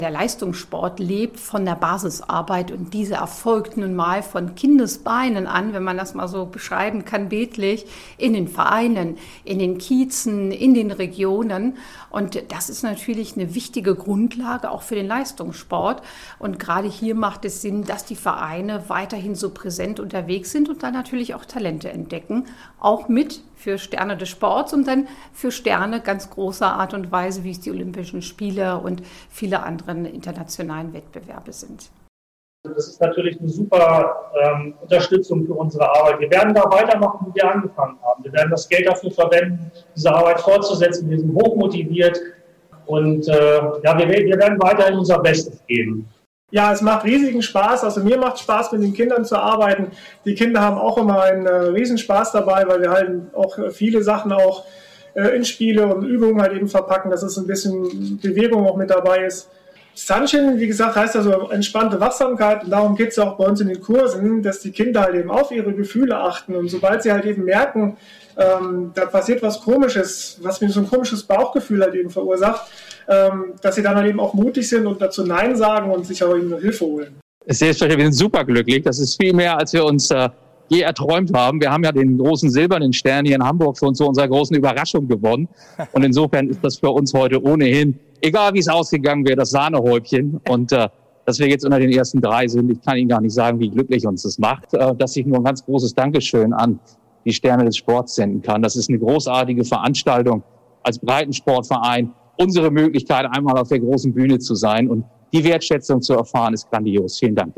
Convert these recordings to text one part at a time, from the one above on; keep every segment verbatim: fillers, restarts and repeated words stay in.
Der Leistungssport lebt von der Basisarbeit und diese erfolgt nun mal von Kindesbeinen an, wenn man das mal so beschreiben kann, bildlich, in den Vereinen, in den Kiezen, in den Regionen. Und das ist natürlich eine wichtige Grundlage auch für den Leistungssport. Und gerade hier macht es Sinn, dass die Vereine weiterhin so präsent unterwegs sind und dann natürlich auch Talente entdecken, auch mit für Sterne des Sports und dann für Sterne ganz großer Art und Weise, wie es die Olympischen Spiele und viele andere internationalen Wettbewerbe sind. Das ist natürlich eine super ähm, Unterstützung für unsere Arbeit. Wir werden da weitermachen, wie wir angefangen haben. Wir werden das Geld dafür verwenden, diese Arbeit fortzusetzen. Wir sind hochmotiviert und äh, ja, wir, wir werden weiterhin unser Bestes geben. Ja, es macht riesigen Spaß. Also mir macht Spaß, mit den Kindern zu arbeiten. Die Kinder haben auch immer einen äh, riesen Spaß dabei, weil wir halt auch viele Sachen auch äh, in Spiele und Übungen halt eben verpacken, dass es ein bisschen Bewegung auch mit dabei ist. Sunshine, wie gesagt, heißt also entspannte Wachsamkeit, und darum geht es ja auch bei uns in den Kursen, dass die Kinder halt eben auf ihre Gefühle achten, und sobald sie halt eben merken, ähm, da passiert was Komisches, was mir so ein komisches Bauchgefühl halt eben verursacht, ähm, dass sie dann halt eben auch mutig sind und dazu Nein sagen und sich auch eben Hilfe holen. Ich sehe es, wir sind superglücklich, das ist viel mehr, als wir uns äh, je erträumt haben. Wir haben ja den großen silbernen Stern hier in Hamburg für uns zu unserer großen Überraschung gewonnen, und insofern ist das für uns heute ohnehin, egal wie es ausgegangen wäre, das Sahnehäubchen. Und äh, dass wir jetzt unter den ersten drei sind, ich kann Ihnen gar nicht sagen, wie glücklich uns das macht, äh, dass ich nur ein ganz großes Dankeschön an die Sterne des Sports senden kann. Das ist eine großartige Veranstaltung als Breitensportverein. Unsere Möglichkeit, einmal auf der großen Bühne zu sein und die Wertschätzung zu erfahren, ist grandios. Vielen Dank.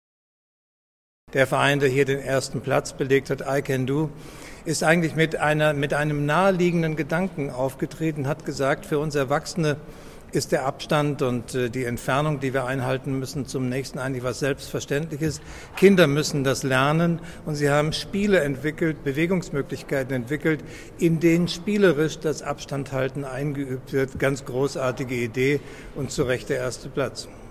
Der Verein, der hier den ersten Platz belegt hat, I Can Do, ist eigentlich mit einer, mit einem naheliegenden Gedanken aufgetreten, hat gesagt, für uns Erwachsene ist der Abstand und äh, die Entfernung, die wir einhalten müssen, zum Nächsten eigentlich was Selbstverständliches. Kinder müssen das lernen, und sie haben Spiele entwickelt, Bewegungsmöglichkeiten entwickelt, in denen spielerisch das Abstandhalten eingeübt wird. Ganz großartige Idee und zu Recht der erste Platz.